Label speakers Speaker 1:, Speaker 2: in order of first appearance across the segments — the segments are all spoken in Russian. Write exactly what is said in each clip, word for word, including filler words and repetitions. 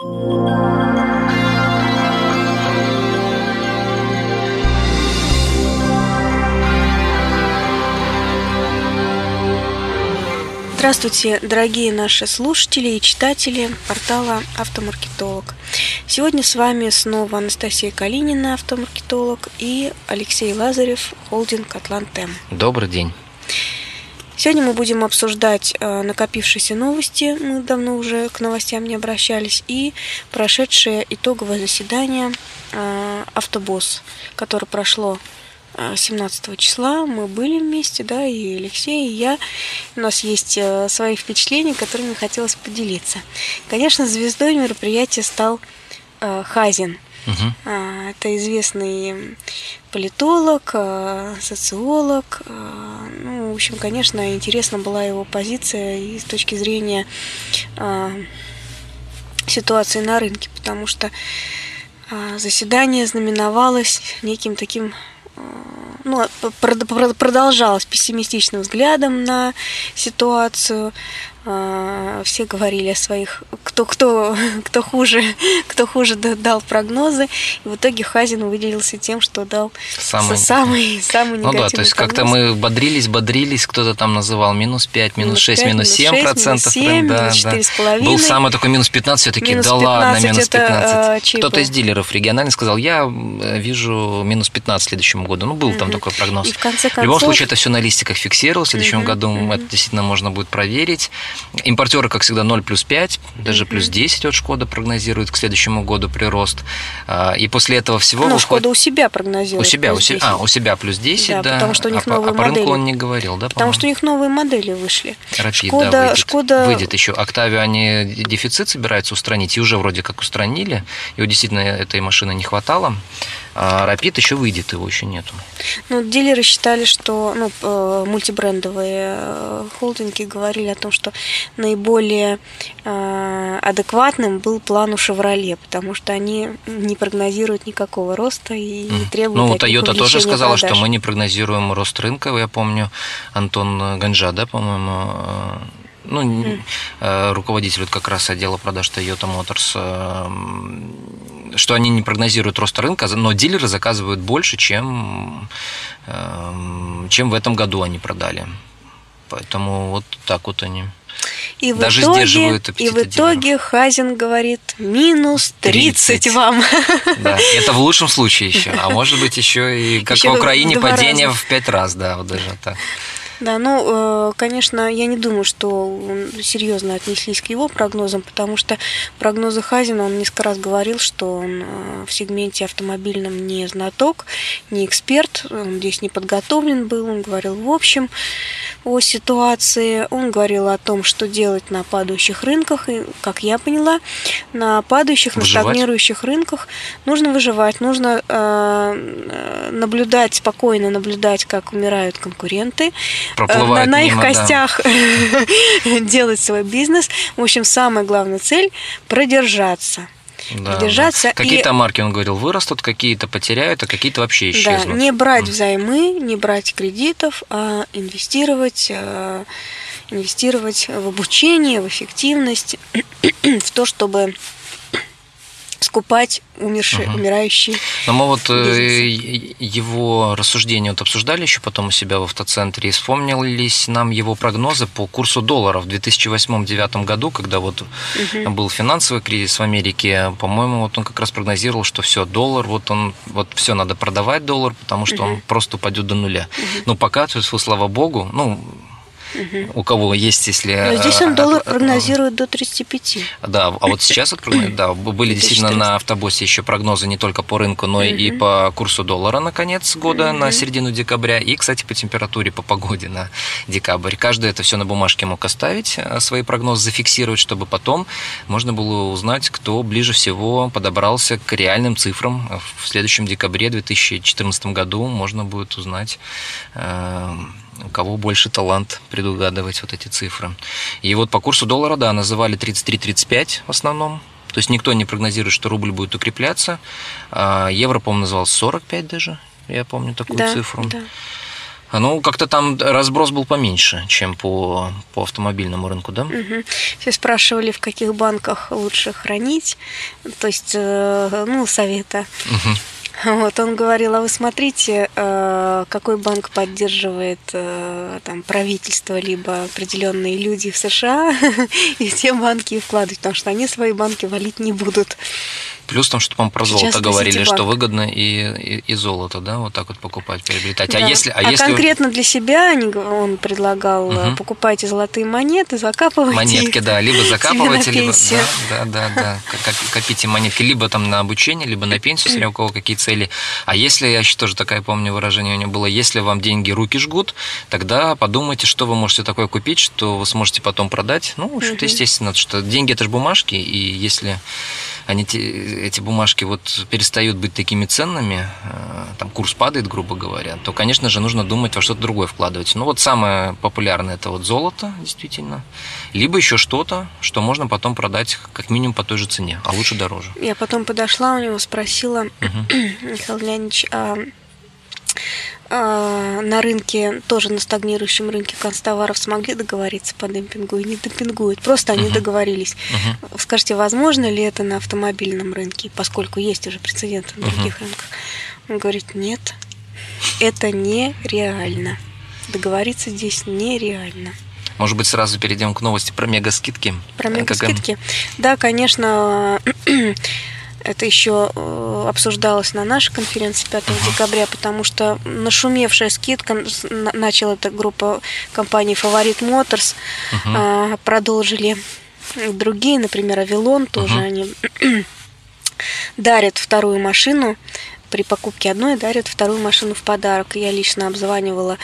Speaker 1: Здравствуйте, дорогие наши слушатели и читатели портала «Автомаркетолог». Сегодня с вами снова Анастасия Калинина, автомаркетолог, и Алексей Лазарев, холдинг «Атлантем».
Speaker 2: Добрый день.
Speaker 1: Сегодня мы будем обсуждать накопившиеся новости, мы давно уже к новостям не обращались, и прошедшее итоговое заседание «Автобосс», которое прошло семнадцатого числа. Мы были вместе, да, и Алексей, и я. У нас есть свои впечатления, которыми хотелось поделиться. Конечно, звездой мероприятия стал Хазин. Угу. Это известный политолог, социолог. Ну, в общем, конечно, интересна была его позиция и с точки зрения ситуации на рынке, потому что заседание знаменовалось неким таким, ну, продолжалось пессимистичным взглядом на ситуацию. Все говорили о своих, кто, кто, кто, хуже, кто хуже дал прогнозы. И в итоге Хазин выделился тем, что дал самый, самый, самый негативный прогноз. Ну да, то есть
Speaker 2: прогноз. Как-то мы бодрились, бодрились, кто-то там называл минус пять, минус шесть, минус семь процентов. Минус четыре с половиной. Был самый такой минус пятнадцать, все-таки да ладно, минус пятнадцать. Кто-то из дилеров региональных сказал, я вижу минус пятнадцать к следующему году. Ну, был угу. там такой прогноз.
Speaker 1: И в конце концов...
Speaker 2: В любом случае, это все на листиках фиксировалось. В следующем угу. году угу. это действительно можно будет проверить. Импортеры, как всегда, ноль плюс пять, даже mm-hmm. плюс десять от Шкода прогнозирует к следующему году прирост. И после этого всего...
Speaker 1: Но
Speaker 2: выходит...
Speaker 1: Шкода у себя прогнозирует.
Speaker 2: У себя, у себя, а, у себя плюс десять, да. да.
Speaker 1: Потому что у них
Speaker 2: а,
Speaker 1: новые
Speaker 2: а по
Speaker 1: модели.
Speaker 2: рынку он не говорил, да,
Speaker 1: Потому
Speaker 2: по-моему?
Speaker 1: что у них новые модели вышли.
Speaker 2: Rapid,
Speaker 1: Шкода,
Speaker 2: да, выйдет,
Speaker 1: Шкода...
Speaker 2: выйдет еще. Октавио они дефицит собираются устранить, и уже вроде как устранили. Его действительно этой машины не хватало. А Rapid еще выйдет, его еще нету.
Speaker 1: Ну, дилеры считали, что ну, мультибрендовые холдинги говорили о том, что наиболее э, адекватным был план у «Шевроле», потому что они не прогнозируют никакого роста и не требуют.
Speaker 2: Ну, Toyota тоже сказала,
Speaker 1: продаж.
Speaker 2: Что мы не прогнозируем рост рынка. Я помню, Антон Ганжа, да, по-моему, ну, mm. руководитель вот как раз отдела продаж Toyota Motors, что они не прогнозируют рост рынка, но дилеры заказывают больше, чем, чем в этом году они продали. Поэтому вот так вот они
Speaker 1: и
Speaker 2: даже
Speaker 1: в итоге,
Speaker 2: сдерживают аппетиты
Speaker 1: И в итоге
Speaker 2: дилеров.
Speaker 1: Хазин говорит, минус тридцать вам.
Speaker 2: Да, это в лучшем случае еще. А может быть еще и, как еще в Украине, падение раза. в пять раз, да, вот даже так.
Speaker 1: Да, ну, конечно, я не думаю, что серьезно отнеслись к его прогнозам, потому что прогнозы Хазина, он несколько раз говорил, что он в сегменте автомобильном не знаток, не эксперт, он здесь не подготовлен был, он говорил в общем о ситуации, он говорил о том, что делать на падающих рынках, и, как я поняла, на падающих, выживать. на стагнирующих рынках нужно выживать, нужно э, наблюдать, спокойно наблюдать, как умирают конкуренты, на, на их мимо, костях да. делать свой бизнес. В общем, самая главная цель – продержаться.
Speaker 2: Да,
Speaker 1: продержаться
Speaker 2: да. Какие-то и... марки, он говорил, вырастут, какие-то потеряют, а какие-то вообще исчезнут.
Speaker 1: Да, не брать взаймы, не брать кредитов, а инвестировать, инвестировать в обучение, в эффективность, в то, чтобы скупать умершие, угу. умирающие
Speaker 2: Но мы вот
Speaker 1: бизнесы.
Speaker 2: Его рассуждения вот обсуждали еще потом у себя в автоцентре, и вспомнились нам его прогнозы по курсу доллара в две тысячи восьмом — две тысячи девятом году, когда вот угу. был финансовый кризис в Америке. По-моему, вот он как раз прогнозировал, что все, доллар, вот он, вот все, надо продавать доллар, потому что угу. он просто упадет до нуля. Угу. Но пока, то есть, слава богу, ну, Угу. у кого есть, если...
Speaker 1: Но здесь он доллар прогнозирует до тридцати пяти.
Speaker 2: Да, а вот сейчас вот, да, были действительно на автобоссе еще прогнозы не только по рынку, но и по курсу доллара на конец года, на середину декабря, и, кстати, по температуре, по погоде на декабрь. Каждый это все на бумажке мог оставить, свои прогнозы зафиксировать, чтобы потом можно было узнать, кто ближе всего подобрался к реальным цифрам. В следующем декабре две тысячи четырнадцатом году можно будет узнать, у кого больше талант предугадывать вот эти цифры. И вот по курсу доллара, да, называли тридцать три — тридцать пять в основном. То есть никто не прогнозирует, что рубль будет укрепляться. Евро, по-моему, называл сорок пять даже. Я помню такую
Speaker 1: да,
Speaker 2: цифру.
Speaker 1: Да.
Speaker 2: Ну, как-то там разброс был поменьше, чем по, по автомобильному рынку, да?
Speaker 1: Угу. Все спрашивали, в каких банках лучше хранить, то есть, ну, совета.
Speaker 2: Угу.
Speaker 1: Вот, он говорил, а вы смотрите, какой банк поддерживает там, правительство, либо определенные люди в США, и те банки вкладывают, потому что они свои банки валить не будут.
Speaker 2: Плюс там, что, по-моему, про золото говорили, что выгодно и, и, и золото, да, вот так вот покупать, приобретать. Да. А если, а
Speaker 1: а
Speaker 2: если...
Speaker 1: конкретно для себя он предлагал, угу. покупайте золотые монеты, закапывайте
Speaker 2: монетки, да, либо закапывайте, либо да, да, да, да, копите монетки, либо там на обучение, либо на пенсию, смотря у кого какие цели. А если, я еще тоже такое помню выражение у него было, если вам деньги руки жгут, тогда подумайте, что вы можете такое купить, что вы сможете потом продать. Ну, что-то угу. естественно, что деньги это же бумажки, и если они, эти бумажки вот перестают быть такими ценными, там курс падает, грубо говоря, то, конечно же, нужно думать во что-то другое вкладывать. Ну, вот самое популярное – это вот золото, действительно, либо еще что-то, что можно потом продать как минимум по той же цене, а лучше дороже.
Speaker 1: Я потом подошла у него, спросила, угу. Михаил Леонидович, а на рынке, тоже на стагнирующем рынке канцтоваров смогли договориться по демпингу и не демпингуют. Просто они uh-huh. договорились. Uh-huh. Скажите, возможно ли это на автомобильном рынке, поскольку есть уже прецеденты на других uh-huh. рынках? Он говорит, нет, это нереально. Договориться здесь нереально.
Speaker 2: Может быть, сразу перейдем к новости про мегаскидки?
Speaker 1: Про мегаскидки. Да, конечно. Это еще обсуждалось на нашей конференции пятого декабря, потому что нашумевшая скидка, начала эта группа компаний Favorite Motors, uh-huh. продолжили другие, например, Авилон, тоже uh-huh. они дарят вторую машину. При покупке одной дарят вторую машину в подарок. Я лично обзванивала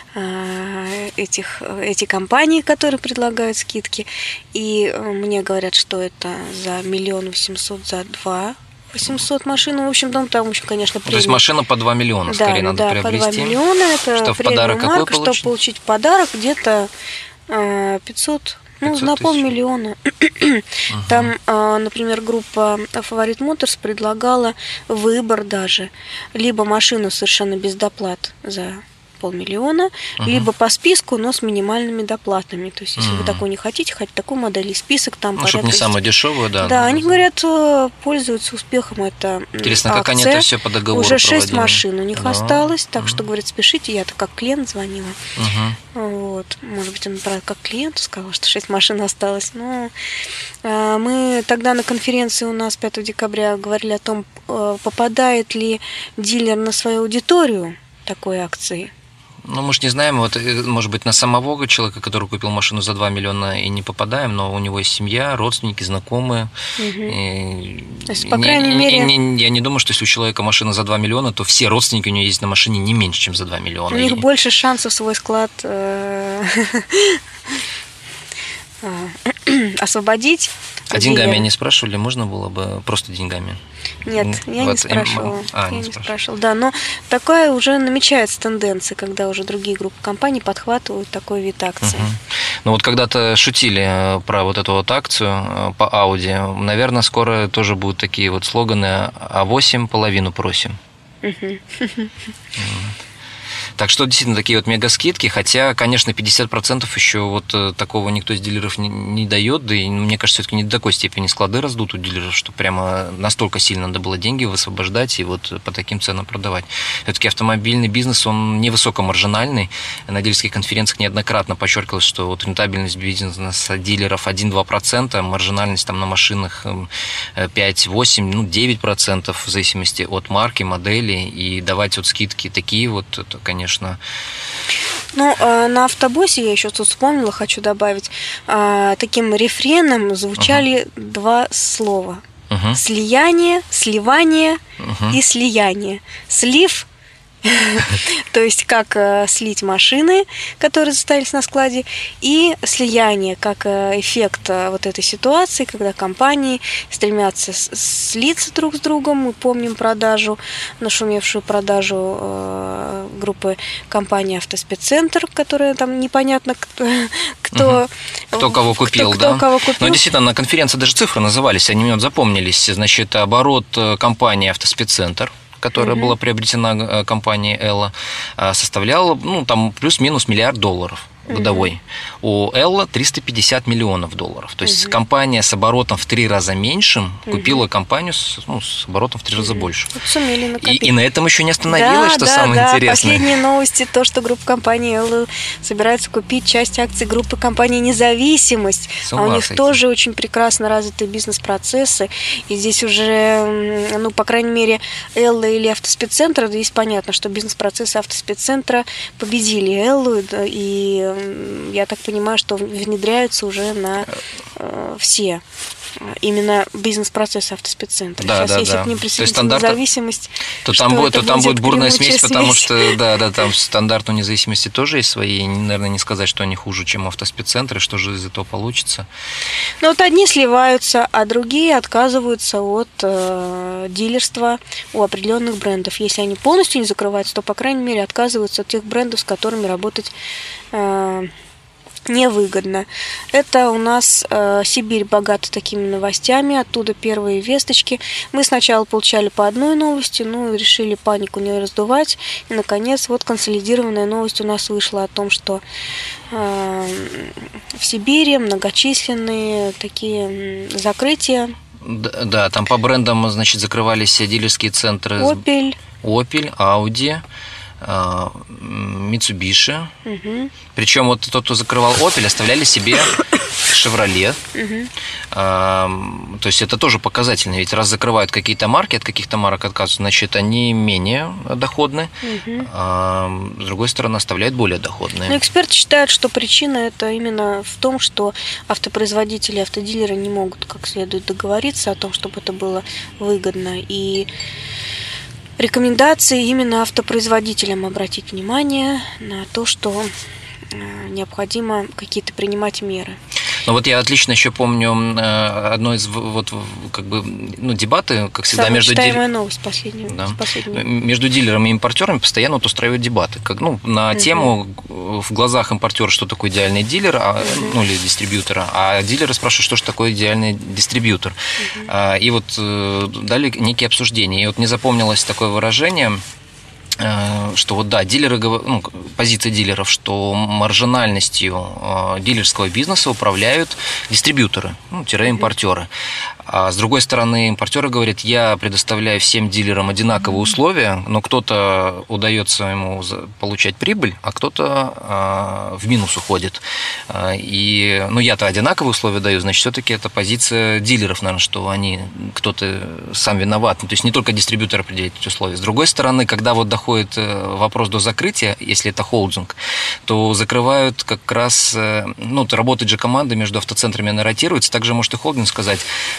Speaker 1: э, этих, эти компании, которые предлагают скидки. И мне говорят, что это за миллион восемьсот, за два восемьсот машин. В общем, там, там в общем, конечно, премиум.
Speaker 2: То есть машина по два миллиона, скорее, да, надо
Speaker 1: да,
Speaker 2: приобрести.
Speaker 1: по два миллиона. Это
Speaker 2: что в подарок
Speaker 1: марка,
Speaker 2: какой получить?
Speaker 1: Чтобы получить в подарок где-то э, пятьсот. Ну, на полмиллиона. Uh-huh. Там, например, группа Favorite Motors предлагала выбор даже. Либо машину совершенно без доплат за полмиллиона, uh-huh. либо по списку, но с минимальными доплатами. То есть, если uh-huh. вы такой не хотите, хотите такую модель, и список там...
Speaker 2: Ну, чтобы не самую дешевую, да.
Speaker 1: Да, они говорят, пользуются успехом. Это
Speaker 2: интересно,
Speaker 1: акция.
Speaker 2: Как они это все по договору
Speaker 1: Уже шесть
Speaker 2: проводили?
Speaker 1: машин у них да. осталось, так uh-huh. что, говорят, спешите. Я-то как клиент звонила.
Speaker 2: Uh-huh.
Speaker 1: Вот. Может быть, он, правда, как клиенту сказал, что шесть машин осталось. Но э, мы тогда на конференции у нас пятого декабря говорили о том, э, попадает ли дилер на свою аудиторию такой акции.
Speaker 2: Ну, мы же не знаем, вот, может быть, на самого человека, который купил машину за два миллиона, и не попадаем, но у него есть семья, родственники, знакомые. Угу. И,
Speaker 1: то есть, по крайней
Speaker 2: не,
Speaker 1: мере...
Speaker 2: Не, не, я не думаю, что если у человека машина за два миллиона, то все родственники у него есть на машине не меньше, чем за два миллиона.
Speaker 1: У них
Speaker 2: и...
Speaker 1: больше шансов свой склад освободить.
Speaker 2: А деньгами они спрашивали, можно было бы просто деньгами?
Speaker 1: Нет, я
Speaker 2: вот
Speaker 1: не спрашивала.
Speaker 2: А,
Speaker 1: я
Speaker 2: не
Speaker 1: не
Speaker 2: спрашивала.
Speaker 1: спрашивала. Да, но такая уже намечается тенденция, когда уже другие группы компаний подхватывают такой вид акции.
Speaker 2: Угу. Ну вот когда-то шутили про вот эту вот акцию по Audi. Наверное, скоро тоже будут такие вот слоганы: а восемь половину просим.
Speaker 1: Угу.
Speaker 2: Так что действительно такие вот мега скидки, хотя, конечно, пятьдесят процентов еще вот такого никто из дилеров не, не дает, да и мне кажется, все-таки не до такой степени склады раздут у дилеров, что прямо настолько сильно надо было деньги высвобождать и вот по таким ценам продавать. Все-таки автомобильный бизнес, он невысокомаржинальный. На дилерских конференциях неоднократно подчеркивалось, что вот рентабельность бизнеса дилеров один-два процента, маржинальность там на машинах пять-восемь, ну девять процентов в зависимости от марки, модели, и давать вот скидки такие вот, это, конечно, Конечно.
Speaker 1: Ну, на автобусе, я еще тут вспомнила, хочу добавить, таким рефреном звучали uh-huh. два слова. Uh-huh. Слияние, сливание uh-huh. и слияние. Слив, то есть как слить машины, которые остались на складе, и слияние, как эффект вот этой ситуации, когда компании стремятся слиться друг с другом. Мы помним продажу, нашумевшую продажу группы компании «Автоспеццентр», которая там непонятно кто... Кто,
Speaker 2: угу. кто кого купил,
Speaker 1: кто,
Speaker 2: да?
Speaker 1: Кто кого купил.
Speaker 2: Но действительно, на конференции даже цифры назывались, они мне вот запомнились. Значит, оборот компании «Автоспеццентр», которая угу. была приобретена компанией Элла, составлял, ну, там плюс-минус миллиард долларов годовой. У Элла триста пятьдесят миллионов долларов. То есть угу. компания с оборотом в три раза меньшим угу. купила компанию с, ну, с оборотом в три раза угу. больше.
Speaker 1: Вот сумели накопить.
Speaker 2: И, и на этом еще не остановилась, да, что
Speaker 1: да,
Speaker 2: самое
Speaker 1: да.
Speaker 2: интересное.
Speaker 1: Последние новости, то, что группа компании Элла собирается купить часть акций группы компании «Независимость». А у них тоже очень прекрасно развиты бизнес-процессы. И здесь уже, ну, по крайней мере, Элла или Автоспеццентр, здесь понятно, что бизнес-процессы Автоспеццентра победили Эллу, и я так понимаю, что внедряются уже на э, все именно бизнес-процессы Автоспеццентра.
Speaker 2: Да,
Speaker 1: Сейчас,
Speaker 2: да,
Speaker 1: если
Speaker 2: да.
Speaker 1: к ним присоединится независимость,
Speaker 2: то там будет, то там будет бурная смесь, потому что да, да, там стандарт у независимости тоже есть свои. И, наверное, не сказать, что они хуже, чем Автоспеццентры, что же из этого получится.
Speaker 1: Ну вот одни сливаются, а другие отказываются от э, дилерства у определенных брендов. Если они полностью не закрываются, то, по крайней мере, отказываются от тех брендов, с которыми работать э, невыгодно. Это у нас э, Сибирь богата такими новостями, оттуда первые весточки. Мы сначала получали по одной новости, ну, решили панику не раздувать. И, наконец, вот консолидированная новость у нас вышла о том, что э, в Сибири многочисленные такие закрытия.
Speaker 2: Да, да, там по брендам, значит, закрывались дилерские центры.
Speaker 1: Opel.
Speaker 2: Opel, Audi, Mitsubishi. Угу. Причем вот тот, кто закрывал Opel, оставляли себе Chevrolet. Угу. А, то есть это тоже показательно. Ведь раз закрывают какие-то марки, от каких-то марок отказываются, значит, они менее доходны. Угу. А, с другой стороны, оставляют более доходные.
Speaker 1: Но эксперты считают, что причина это именно в том, что автопроизводители, автодилеры не могут как следует договориться о том, чтобы это было выгодно. И рекомендации именно автопроизводителям обратить внимание на то, что необходимо какие-то принимать меры.
Speaker 2: Ну вот я отлично еще помню одно из вот как бы ну дебаты, как всегда,
Speaker 1: самая
Speaker 2: между
Speaker 1: читаемая новость последнего,
Speaker 2: да.
Speaker 1: последнего.
Speaker 2: между дилерами и импортерами постоянно вот устраивают дебаты, как ну на угу. тему в глазах импортера, что такое идеальный дилер, а, угу. ну или дистрибьютора, а дилеры спрашивают, что же такое идеальный дистрибьютор. Угу. А, и вот дали некие обсуждения, и вот мне запомнилось такое выражение, что вот да, дилеры, ну, позиция дилеров, что маржинальностью дилерского бизнеса управляют дистрибьюторы, ну, тире импортеры. А с другой стороны, импортеры говорят, я предоставляю всем дилерам одинаковые условия, но кто-то удается ему получать прибыль, а кто-то а, в минус уходит. А, и, ну, я-то одинаковые условия даю, значит, все-таки это позиция дилеров, наверное, что они, кто-то сам виноват. Ну, то есть не только дистрибьютор определяет эти условия. С другой стороны, когда вот доходит вопрос до закрытия, если это холдинг, то закрывают как раз, ну, работает же команда между автоцентрами, она ротируется, также может и холдинг сказать,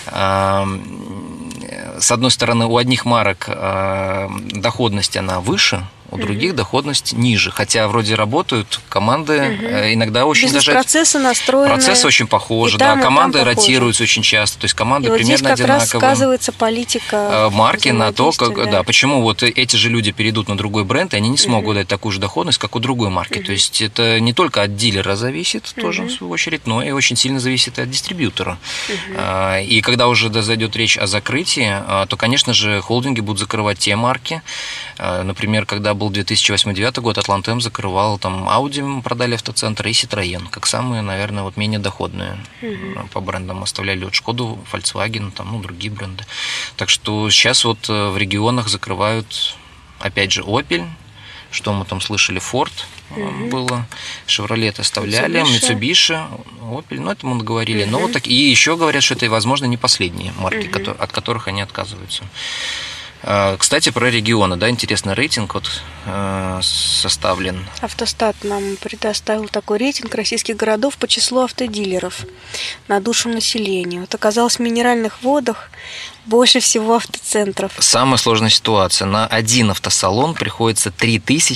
Speaker 2: с одной стороны, у одних марок доходность она выше, у других угу. доходность ниже. Хотя вроде работают команды, угу. иногда очень даже...
Speaker 1: Бизнес-процессы настроены.
Speaker 2: Процессы очень похожи, да. Команды ротируются очень часто. То есть команды
Speaker 1: и вот
Speaker 2: примерно
Speaker 1: здесь как
Speaker 2: одинаковые.
Speaker 1: Раз сказывается политика
Speaker 2: марки на то, как,
Speaker 1: да.
Speaker 2: да, почему вот эти же люди перейдут на другой бренд, и они не смогут угу. дать такую же доходность, как у другой марки. Угу. То есть это не только от дилера зависит, угу. тоже в свою очередь, но и очень сильно зависит от дистрибьютора. Угу. И когда уже зайдет речь о закрытии, то, конечно же, холдинги будут закрывать те марки. Например, когда был две тысячи восьмой — две тысячи девятый год, Атлантем закрывал, там Audi продали автоцентр и Citroën, как самые, наверное, вот менее доходные угу. по брендам. Оставляли вот Шкоду, Volkswagen, там, ну, другие бренды. Так что сейчас вот в регионах закрывают, опять же, Opel, что мы там слышали, Ford угу. было, Chevrolet оставляли, Mitsubishi, Mitsubishi Opel, ну, это мы говорили. Угу. Но вот так, и еще говорят, что это, возможно, не последние марки, угу. которые, от которых они отказываются. Кстати, про регионы, да, интересный рейтинг вот, э, составлен.
Speaker 1: Автостат нам предоставил такой рейтинг российских городов по числу автодилеров на душу населения. Вот оказалось, в минеральных водах больше всего автоцентров.
Speaker 2: Самая сложная ситуация. На один автосалон приходится три тысячи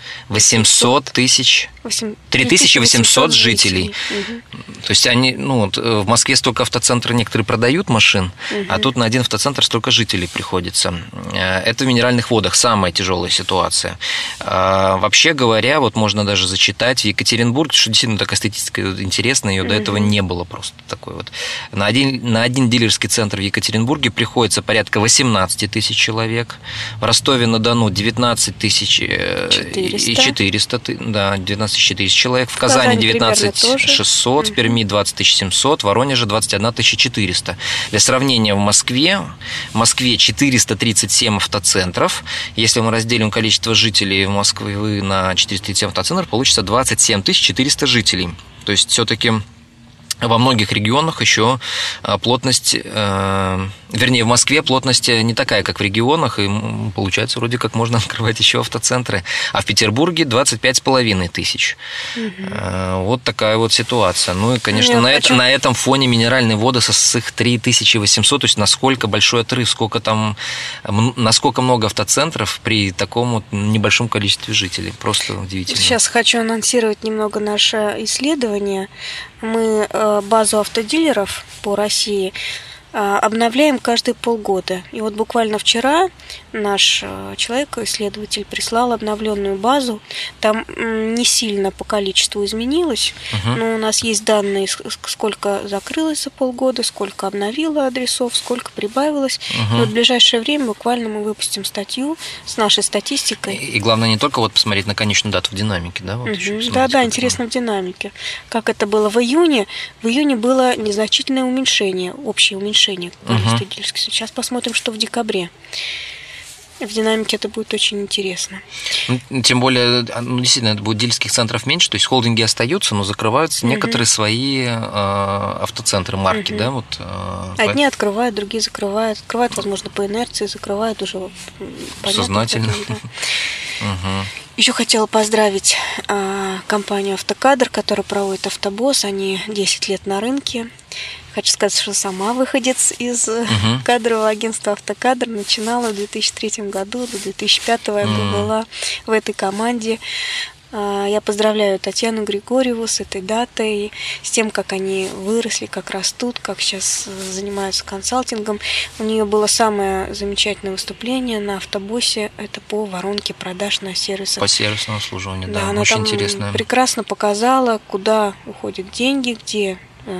Speaker 2: восемьсот тысяч, три тысячи восемьсот жителей.
Speaker 1: Угу.
Speaker 2: То есть они, ну, вот в Москве столько автоцентров некоторые продают машин, угу. а тут на один автоцентр столько жителей приходится. Это в Минеральных водах самая тяжелая ситуация. Вообще говоря, вот можно даже зачитать в Екатеринбурге, что действительно такая статистика интересная, ее угу. до этого не было просто такой вот. На один, на один дилерский центр в Екатеринбурге приходится порядка восемнадцать тысяч человек, в Ростове-на-Дону девятнадцать тысяч четыреста, да, девятнадцать тысяч четыреста человек, в, в Казани девятнадцать тысяч шестьсот, угу. в Перми двадцать тысяч семьсот, в Воронеже двадцать одна тысяча четыреста. Для сравнения, в Москве, в Москве четыреста тридцать семь автоцентров. Если мы разделим количество жителей в Москве на четыреста тридцать семь автоцентров, получится двадцать семь тысяч четыреста жителей. То есть все-таки во многих регионах еще плотность, э, вернее, в Москве плотность не такая, как в регионах, и получается, вроде как можно открывать еще автоцентры. А в Петербурге двадцать пять с половиной тысяч. Угу. Э, вот такая вот ситуация. Ну и, конечно, на, хочу... это, на этом фоне Минеральные воды с их три тысячи восемьсот, то есть насколько большой отрыв, сколько там, насколько много автоцентров при таком небольшом количестве жителей. Просто удивительно.
Speaker 1: Сейчас хочу анонсировать немного наше исследование. Мы базу автодилеров по России обновляем каждые полгода. И вот буквально вчера наш человек, исследователь, прислал обновленную базу. Там не сильно по количеству изменилось, uh-huh. но у нас есть данные, сколько закрылось за полгода, сколько обновило адресов, сколько прибавилось. Uh-huh. И вот в ближайшее время буквально мы выпустим статью с нашей статистикой.
Speaker 2: И, и главное не только вот посмотреть на конечную дату в динамике, да? Вот
Speaker 1: uh-huh. Да, да, интересно в динамике. Как это было в июне? В июне было незначительное уменьшение, общее уменьшение. Uh-huh. Сейчас посмотрим, что в декабре. В динамике это будет очень интересно.
Speaker 2: Тем более, ну, действительно, это будет дилерских центров меньше, то есть холдинги остаются, но закрываются uh-huh. некоторые свои э, автоцентры, марки, uh-huh. да? Вот, э,
Speaker 1: Одни по... открывают, другие закрывают. Открывают, возможно, по инерции, закрывают уже понятно,
Speaker 2: сознательно.
Speaker 1: Да. Uh-huh. Еще хотела поздравить э, компанию «Автокадр», которая проводит «Автобосс». Они десять лет на рынке. Хочу сказать, что сама выходец из uh-huh. кадрового агентства «Автокадр», начинала в две тысячи третьем году, до две тысячи пятого я uh-huh. была в этой команде. Я поздравляю Татьяну Григорьеву с этой датой, с тем, как они выросли, как растут, как сейчас занимаются консалтингом. У нее было самое замечательное выступление на автобосе, это по воронке продаж на сервисах.
Speaker 2: По сервисному обслуживанию, да,
Speaker 1: да, она
Speaker 2: очень
Speaker 1: там
Speaker 2: интересно.
Speaker 1: Прекрасно показала, куда уходят деньги, где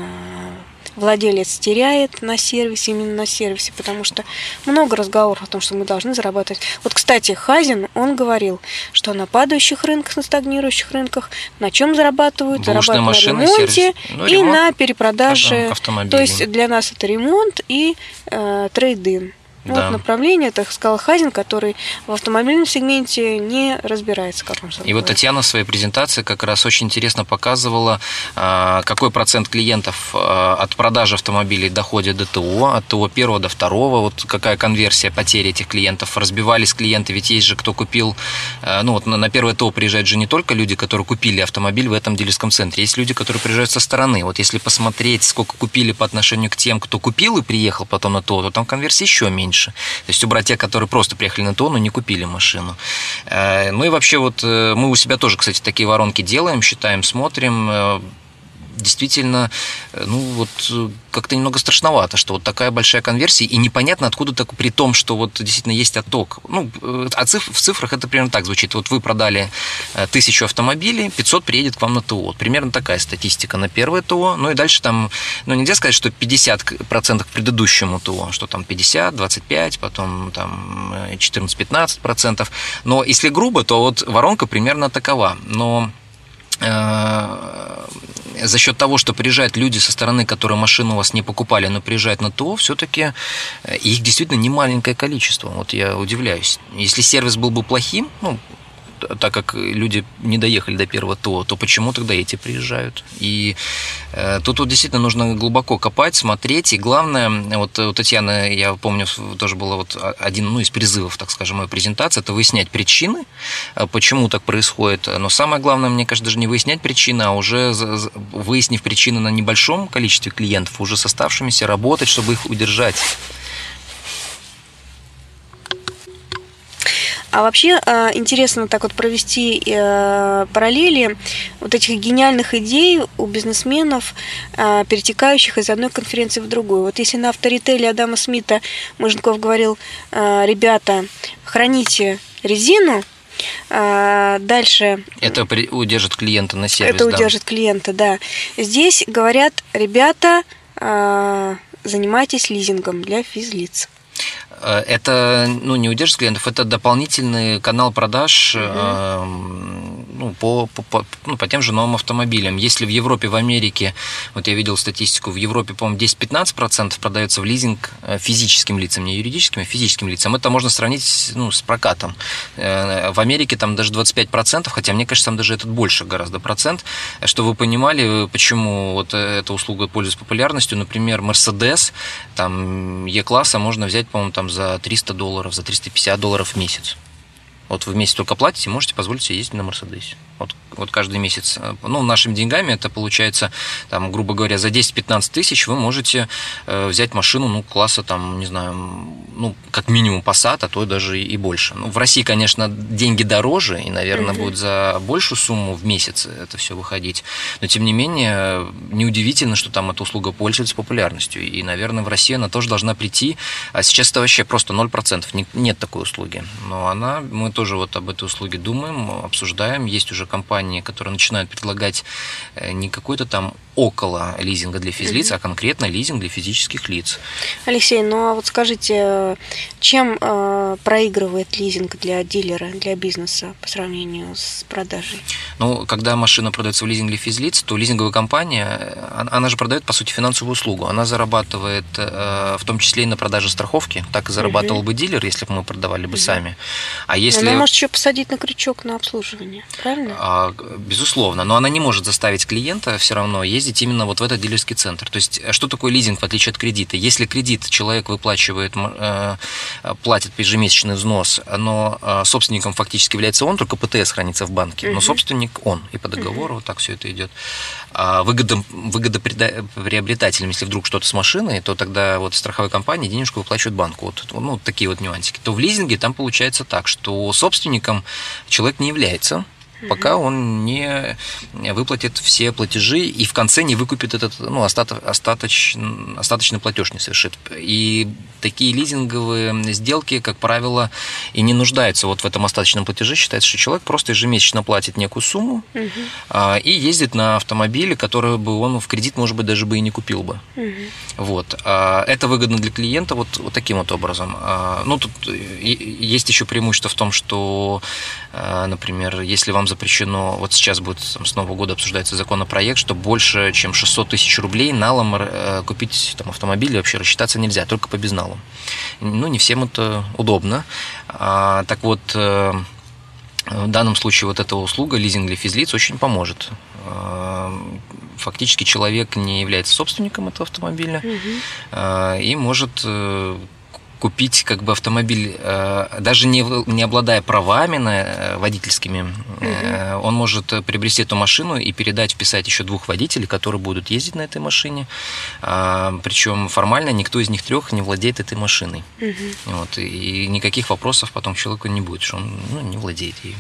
Speaker 1: владелец теряет на сервисе, именно на сервисе, потому что много разговоров о том, что мы должны зарабатывать. Вот, кстати, Хазин, он говорил, что на падающих рынках, на стагнирующих рынках, на чем зарабатывают? Зарабатывают машины, на ремонте ну, и ремонт, на перепродаже. То есть для нас это ремонт и э, трейд-ин. Да. Вот направление, так сказал Хазин, который в автомобильном сегменте не разбирается, как он сам
Speaker 2: И говорит. Вот Татьяна в своей презентации как раз очень интересно показывала, какой процент клиентов от продажи автомобилей доходит до ТО, от ТО первого до второго, вот какая конверсия потери этих клиентов, разбивались клиенты, ведь есть же кто купил, ну вот на первое ТО приезжают же не только люди, которые купили автомобиль в этом дилерском центре, есть люди, которые приезжают со стороны, вот если посмотреть, сколько купили по отношению к тем, кто купил и приехал потом на ТО, то там конверсия еще меньше. То есть убрать те, которые просто приехали на ТО, но не купили машину. Ну и вообще вот мы у себя тоже, кстати, такие воронки делаем, считаем, смотрим. Действительно, ну вот как-то немного страшновато, что вот такая большая конверсия, и непонятно откуда так, при том, что вот действительно есть отток. Ну, а циф, в цифрах это примерно так звучит. Вот вы продали тысячу автомобилей, пятьсот приедет к вам на ТО. Примерно такая статистика на первое ТО. Ну и дальше там, ну нельзя сказать, что пятьдесят процентов к предыдущему ТО, что там пятьдесят, двадцать пять, потом там четырнадцать-пятнадцать процентов. Но если грубо, то вот воронка примерно такова. Но за счет того, что приезжают люди со стороны, которые машину у вас не покупали, но приезжают на ТО, все-таки их действительно не маленькое количество. Вот я удивляюсь. Если сервис был бы плохим, ну, так как люди не доехали до первого ТО, то почему тогда эти приезжают? И э, тут вот действительно нужно глубоко копать, смотреть. И главное, вот у Татьяны, я помню, тоже был вот один ну, из призывов, так скажем, моей презентации, это выяснять причины, почему так происходит. Но самое главное, мне кажется, даже не выяснять причины, а уже выяснив причины на небольшом количестве клиентов, уже с оставшимися работать, чтобы их удержать.
Speaker 1: А вообще интересно так вот провести параллели вот этих гениальных идей у бизнесменов, перетекающих из одной конференции в другую. Вот если на авторитейле Адама Смита Муженков говорил: ребята, храните резину, дальше...
Speaker 2: Это удержит клиента на сервис.
Speaker 1: Это удержит
Speaker 2: да.
Speaker 1: клиента, да. Здесь говорят: ребята, занимайтесь лизингом для физлиц.
Speaker 2: Это, ну, не удержит клиентов, это дополнительный канал продаж угу. э, ну, по, по, ну, по тем же новым автомобилям. Если в Европе, в Америке, вот я видел статистику, в Европе, по-моему, десять-пятнадцать процентов продается в лизинг физическим лицам, не юридическим, а физическим лицам. Это можно сравнить, ну, с прокатом. В Америке там даже двадцать пять процентов, хотя мне кажется, там даже этот больше гораздо процент. Чтобы вы понимали, почему вот эта услуга пользуется популярностью. Например, Mercedes, там Е-класса можно взять, по-моему, там за триста долларов, за триста пятьдесят долларов в месяц. Вот вы в месяц только платите, можете позволить себе ездить на Мерседесе. Вот, вот каждый месяц. Ну, нашими деньгами это получается, там, грубо говоря, за десять-пятнадцать тысяч вы можете э, взять машину, ну, класса, там, не знаю, ну, как минимум Passat, а то даже и больше. Ну, в России, конечно, деньги дороже, и, наверное, mm-hmm. будет за большую сумму в месяц это все выходить. Но, тем не менее, неудивительно, что там эта услуга пользуется популярностью. И, наверное, в России она тоже должна прийти. А сейчас это вообще просто ноль процентов. Нет такой услуги. Но она, мы тоже вот об этой услуге думаем, обсуждаем. Есть уже компании, которые начинают предлагать не какой-то там около лизинга для физлиц, mm-hmm. а конкретно лизинг для физических лиц.
Speaker 1: Алексей, ну а вот скажите, чем э, проигрывает лизинг для дилера, для бизнеса по сравнению с продажей?
Speaker 2: Ну, когда машина продается в лизинг для физлиц, то лизинговая компания, она же продает, по сути, финансовую услугу. Она зарабатывает э, в том числе и на продаже страховки. Так и зарабатывал mm-hmm. бы дилер, если бы мы продавали бы mm-hmm. сами. А если...
Speaker 1: Она может еще посадить на крючок на обслуживание, правильно?
Speaker 2: А, безусловно, но она не может заставить клиента все равно ездить именно вот в этот дилерский центр. То есть, что такое лизинг, в отличие от кредита? Если кредит человек выплачивает, э, платит ежемесячный взнос, но э, собственником фактически является он, только ПТС хранится в банке, uh-huh. но собственник он, и по договору uh-huh. вот так все это идет. А выгода, выгодоприобретателям, если вдруг что-то с машиной, то тогда вот страховая компания денежку выплачивает банку. Вот, ну, такие вот нюансики. То в лизинге там получается так, что собственником человек не является, пока он не выплатит все платежи и в конце не выкупит этот, ну, остаток, остаточ, остаточный платеж не совершит. И такие лизинговые сделки, как правило, и не нуждаются вот в этом остаточном платеже. Считается, что человек просто ежемесячно платит некую сумму угу. а, и ездит на автомобиле, который бы он в кредит, может быть, даже бы и не купил бы. Угу. Вот. А, это выгодно для клиента вот, вот таким вот образом. А, ну, тут есть еще преимущество в том, что, а, например, если вам запрещено, вот сейчас будет там, с Нового года обсуждается законопроект, что больше чем шестьсот тысяч рублей налом э, купить там, автомобиль вообще рассчитаться нельзя, только по безналу. Ну, не всем это удобно. А, так вот, э, в данном случае вот эта услуга, лизинг для физлиц, очень поможет. Э, фактически человек не является собственником этого автомобиля угу. э, и может... Э, купить как бы автомобиль, даже не, не обладая правами на, водительскими, угу. он может приобрести эту машину и передать, вписать еще двух водителей, которые будут ездить на этой машине. Причем формально никто из них трех не владеет этой машиной. Угу. Вот, и никаких вопросов потом человеку не будет, что он ну, не владеет ею.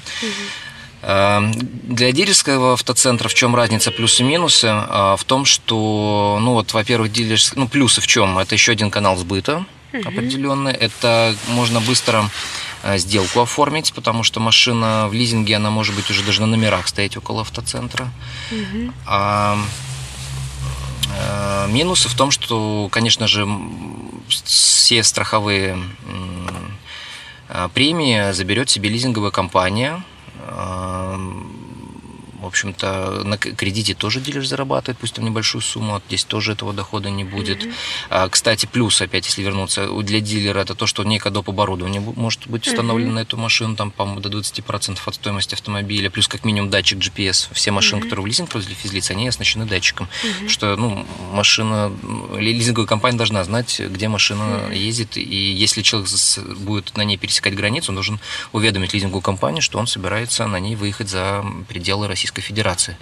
Speaker 2: Угу. Для дилерского автоцентра в чем разница, плюсы и минусы? В том, что, ну вот, во-первых, дилерск... ну, плюсы в чем? Это еще один канал сбыта. Uh-huh. определенный. Это можно быстро сделку оформить, потому что машина в лизинге, она может быть уже даже на номерах стоять около автоцентра. Uh-huh. А, а, минусы в том, что, конечно же, все страховые а, премии заберет себе лизинговая компания. А, в общем-то, на кредите тоже дилер зарабатывает, пусть там небольшую сумму, здесь тоже этого дохода не будет. Mm-hmm. Кстати, плюс, опять, если вернуться, для дилера это то, что некое доп. Оборудование может быть установлено mm-hmm. на эту машину, там, по-моему, до двадцать процентов от стоимости автомобиля, плюс как минимум датчик джи пи эс. Все машины, mm-hmm. которые в лизинг для физлиц, они оснащены датчиком. Mm-hmm. Что, ну, машина, лизинговая компания должна знать, где машина mm-hmm. ездит, и если человек будет на ней пересекать границу, он должен уведомить лизинговую компанию, что он собирается на ней выехать за пределы Российской Российской Федерации.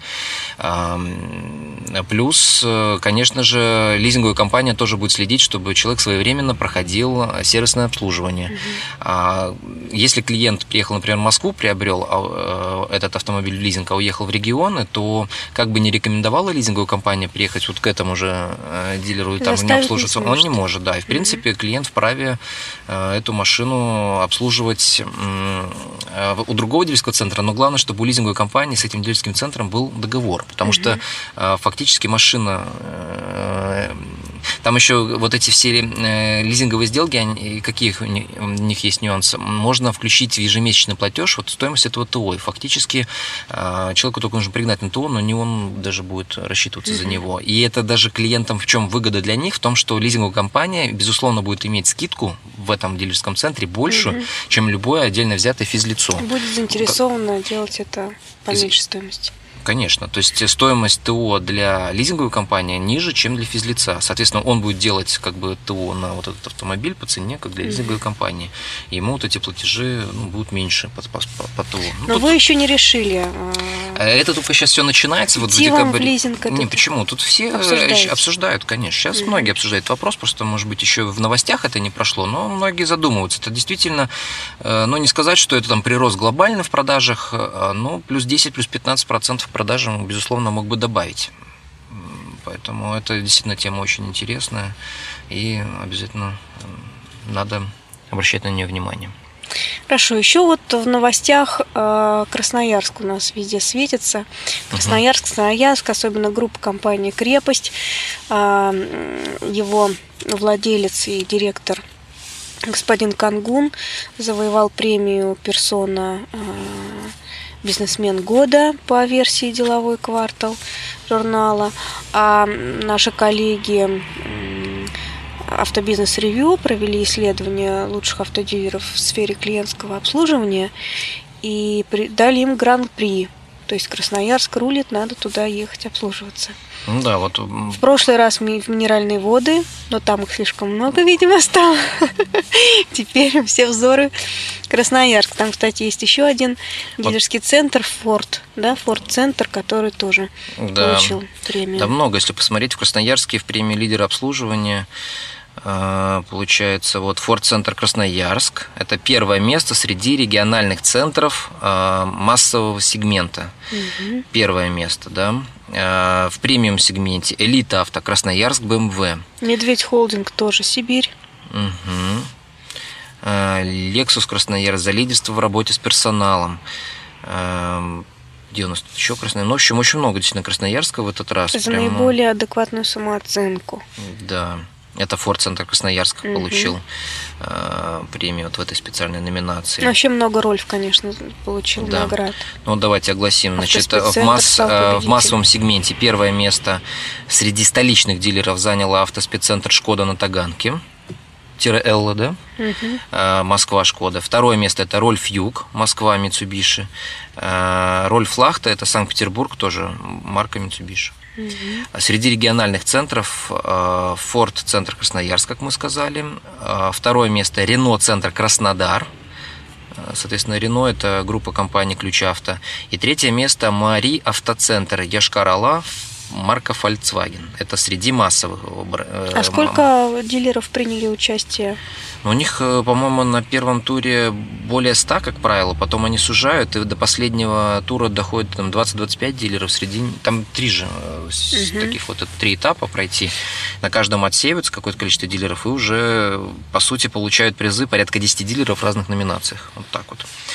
Speaker 2: Плюс, конечно же, лизинговая компания тоже будет следить, чтобы человек своевременно проходил сервисное обслуживание. Угу. Если клиент приехал, например, в Москву, приобрел этот автомобиль в лизинг, а уехал в регионы, то как бы не рекомендовала лизинговая компания приехать вот к этому же дилеру и там не обслуживаться, он не может. Да. И в принципе клиент вправе эту машину обслуживать у другого дилерского центра, но главное, чтобы у лизинговой компании с этим дилерским центром был договор, потому что фактически машина, там еще вот эти все лизинговые сделки, они, какие у них есть нюансы, можно включить в ежемесячный платеж вот стоимость этого ТО, и фактически человеку только нужно пригнать на ТО, но не он даже будет рассчитываться mm-hmm. за него. И это даже клиентам в чем выгода для них? В том, что лизинговая компания, безусловно, будет иметь скидку в этом дилерском центре большую, mm-hmm. чем любое отдельно взятое физлицо.
Speaker 1: Будет заинтересовано делать это по меньшей стоимости.
Speaker 2: Конечно, то есть стоимость ТО для лизинговой компании ниже, чем для физлица. Соответственно, он будет делать как бы ТО на вот этот автомобиль по цене, как для лизинговой mm-hmm. компании. И ему вот эти платежи ну, будут меньше по, по, по ТО. Ну,
Speaker 1: Но
Speaker 2: тут...
Speaker 1: вы еще не решили.
Speaker 2: Это только сейчас все начинается. Вот в декабре. Лизинг, не, почему? Тут все обсуждают, конечно. Сейчас mm-hmm. многие обсуждают вопрос, просто, может быть, еще в новостях это не прошло, но многие задумываются. Это действительно, ну, не сказать, что это там прирост глобальный в продажах, но плюс десять, плюс пятнадцать процентов продажам, безусловно, мог бы добавить. Поэтому это действительно тема очень интересная, и обязательно надо обращать на нее внимание.
Speaker 1: Хорошо, еще вот в новостях Красноярск у нас везде светится. Красноярск, Красноярск, особенно группа компании «Крепость», его владелец и директор господин Кангун завоевал премию «Персона бизнесмен года» по версии «Деловой квартал» журнала, а наши коллеги Автобизнес Ревью провели исследование лучших автодилеров в сфере клиентского обслуживания и дали им гран-при. То есть Красноярск рулит, надо туда ехать обслуживаться.
Speaker 2: Ну да, вот.
Speaker 1: В прошлый раз в минеральные воды, но там их слишком много, видимо, стало. Теперь все взоры Красноярск. Там, кстати, есть еще один дилерский центр Форд, да, Форд-центр, который тоже да, получил премию.
Speaker 2: Да, много. Если посмотреть, в Красноярске в премии лидера обслуживания получается вот Форд-центр Красноярск. Это первое место среди региональных центров массового сегмента. Угу. Первое место, да. В премиум-сегменте Элита Авто Красноярск бэ эм вэ.
Speaker 1: Медведь Холдинг тоже Сибирь.
Speaker 2: Угу. Lexus Красноярск за лидерство в работе с персоналом. Где у нас тут еще Красноярск? Ну, в общем, очень много действительно Красноярска в этот раз.
Speaker 1: За прямо... наиболее адекватную самооценку.
Speaker 2: Да. Это Форд-центр Красноярск угу. получил э, премию вот в этой специальной номинации.
Speaker 1: Вообще много Рольф, конечно, получил да. наград.
Speaker 2: Ну, давайте огласим. Значит, в, масс, в массовом сегменте первое место среди столичных дилеров заняла автоспеццентр Шкода на Таганке. Элла, да? Угу. Москва, Шкода. Второе место это Рольф Юг, Москва, Митсубиши. Рольф Лахта, это Санкт-Петербург, тоже марка Митсубиши. Угу. Среди региональных центров Форд-центр Красноярск, как мы сказали. Второе место Рено-центр Краснодар. Соответственно, Рено – это группа компаний Ключ Авто. И третье место Мари Автоцентр Йошкар-Ола, марка Volkswagen. Это среди массовых.
Speaker 1: А сколько дилеров приняли участие?
Speaker 2: У них, по-моему, на первом туре более ста, как правило, потом они сужают, и до последнего тура доходит там двадцать-двадцать пять дилеров, среди там три же угу. таких вот, три этапа пройти. На каждом отсеивается какое-то количество дилеров, и уже, по сути, получают призы порядка десяти дилеров в разных номинациях. Вот так вот.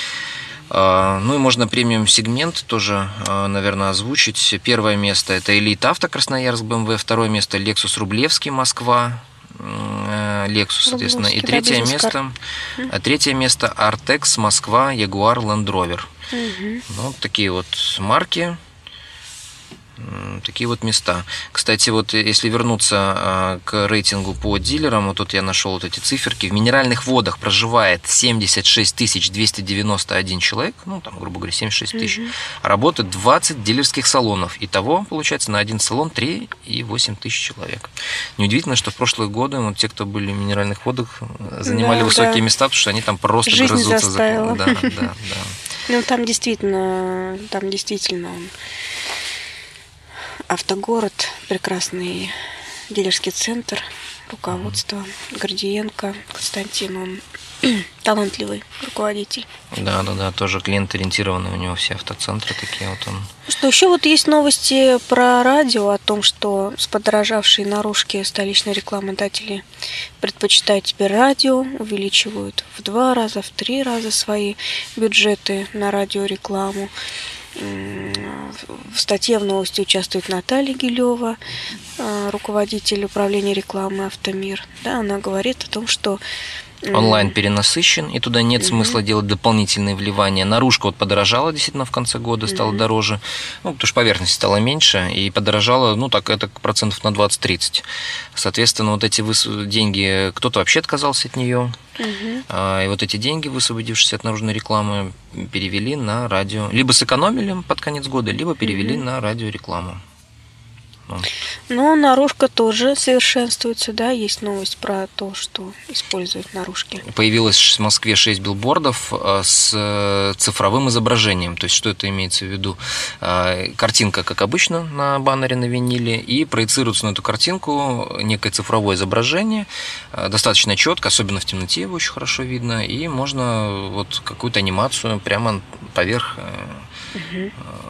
Speaker 2: Ну и можно премиум-сегмент тоже, наверное, озвучить. Первое место – это Элита Авто Красноярск бэ эм вэ, второе место – Lexus Рублевский Москва, Lexus, соответственно, и третье место, третье место Артекс Москва, Ягуар, Land Rover. Угу. Ну, такие вот марки. Такие вот места. Кстати, вот если вернуться к рейтингу по дилерам, вот тут я нашел вот эти циферки. В минеральных водах проживает семьдесят шесть тысяч двести девяносто один человек, ну там, грубо говоря, семьдесят шесть тысяч. Mm-hmm. Работает двадцать дилерских салонов. Итого, получается, на один салон три и восемь тысяч человек. Неудивительно, что в прошлые годы вот те, кто были в минеральных водах, занимали да, высокие да. места, потому что они там просто
Speaker 1: Жизнь
Speaker 2: грызутся.
Speaker 1: Заставила.
Speaker 2: За... Да, да, да.
Speaker 1: Ну, там действительно, там действительно автогород, прекрасный дилерский центр, руководство, Гордиенко Константин, он талантливый руководитель.
Speaker 2: Да, да, да, тоже клиент-ориентированный, у него все автоцентры такие вот он.
Speaker 1: Что еще вот есть новости про радио о том, что с подорожавшей наружки столичные рекламодатели предпочитают теперь радио, увеличивают в два раза, в три раза свои бюджеты на радиорекламу. В статье в новости участвует Наталья Гилева, руководитель управления рекламы «Автомир». Да, она говорит о том, что
Speaker 2: онлайн перенасыщен, и туда нет mm-hmm. смысла делать дополнительные вливания. Наружка вот подорожала действительно в конце года, стала mm-hmm. дороже, ну, потому что поверхность стала меньше, и подорожала, ну, так, это процентов на двадцать-тридцать. Соответственно, вот эти выс... деньги, кто-то вообще отказался от нее, mm-hmm. а, и вот эти деньги, высвободившиеся от наружной рекламы, перевели на радио. Либо сэкономили под конец года, либо перевели mm-hmm. на радиорекламу.
Speaker 1: Ну, наружка тоже совершенствуется, да, есть новость про то, что используют наружки.
Speaker 2: Появилось в Москве шесть билбордов с цифровым изображением, то есть что это имеется в виду? Картинка, как обычно, на баннере на виниле, и проецируется на эту картинку некое цифровое изображение, достаточно четко, особенно в темноте его очень хорошо видно, и можно вот какую-то анимацию прямо поверх угу.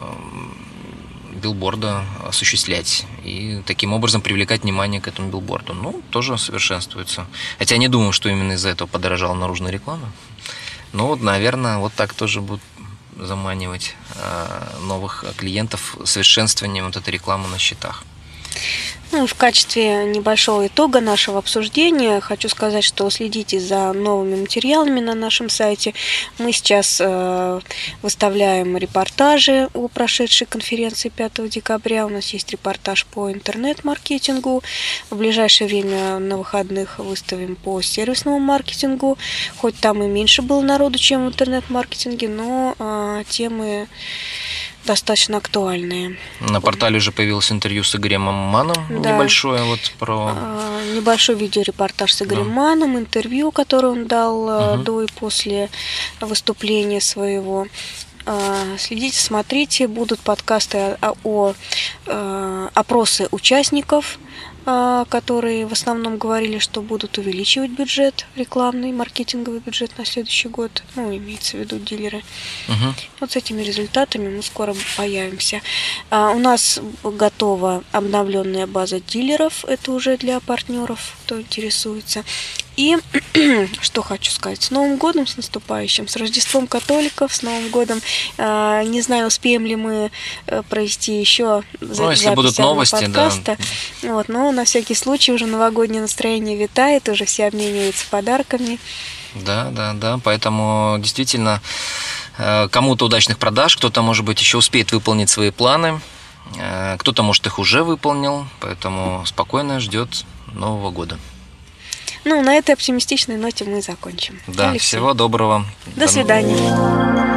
Speaker 2: билборда осуществлять и таким образом привлекать внимание к этому билборду. Ну, тоже совершенствуется. Хотя я не думаю, что именно из-за этого подорожала наружная реклама. Но, вот, наверное, вот так тоже будут заманивать новых клиентов совершенствованием вот этой рекламы на счетах.
Speaker 1: Ну, в качестве небольшого итога нашего обсуждения хочу сказать, что следите за новыми материалами на нашем сайте. Мы сейчас э, выставляем репортажи о прошедшей конференции пятого декабря. У нас есть репортаж по интернет-маркетингу. В ближайшее время на выходных выставим по сервисному маркетингу. Хоть там и меньше было народу, чем в интернет-маркетинге, но э, темы достаточно актуальные.
Speaker 2: На портале уже появилось интервью с Игорем Маном, да. небольшое вот про...
Speaker 1: Небольшой видеорепортаж с Игорем да. Маном, интервью, которое он дал угу. до и после выступления своего. Следите, смотрите, будут подкасты о, о, о опросы участников, которые в основном говорили, что будут увеличивать бюджет, рекламный, маркетинговый бюджет на следующий год. Ну, имеется в виду дилеры. Угу. Вот с этими результатами мы скоро появимся. А, у нас готова обновленная база дилеров. Это уже для партнеров, кто интересуется. И что хочу сказать, с Новым годом, с наступающим, с Рождеством католиков, с Новым годом. Не знаю, успеем ли мы провести еще запись.
Speaker 2: Ну, если будут новости, подкаста.
Speaker 1: Да. Вот, но на всякий случай уже новогоднее настроение витает, уже все обмениваются подарками.
Speaker 2: Да, да, да, поэтому действительно кому-то удачных продаж, кто-то, может быть, еще успеет выполнить свои планы, кто-то, может, их уже выполнил, поэтому спокойно ждет Нового года.
Speaker 1: Ну, на этой оптимистичной ноте мы закончим.
Speaker 2: Да, Алексей, всего доброго.
Speaker 1: До, До свидания.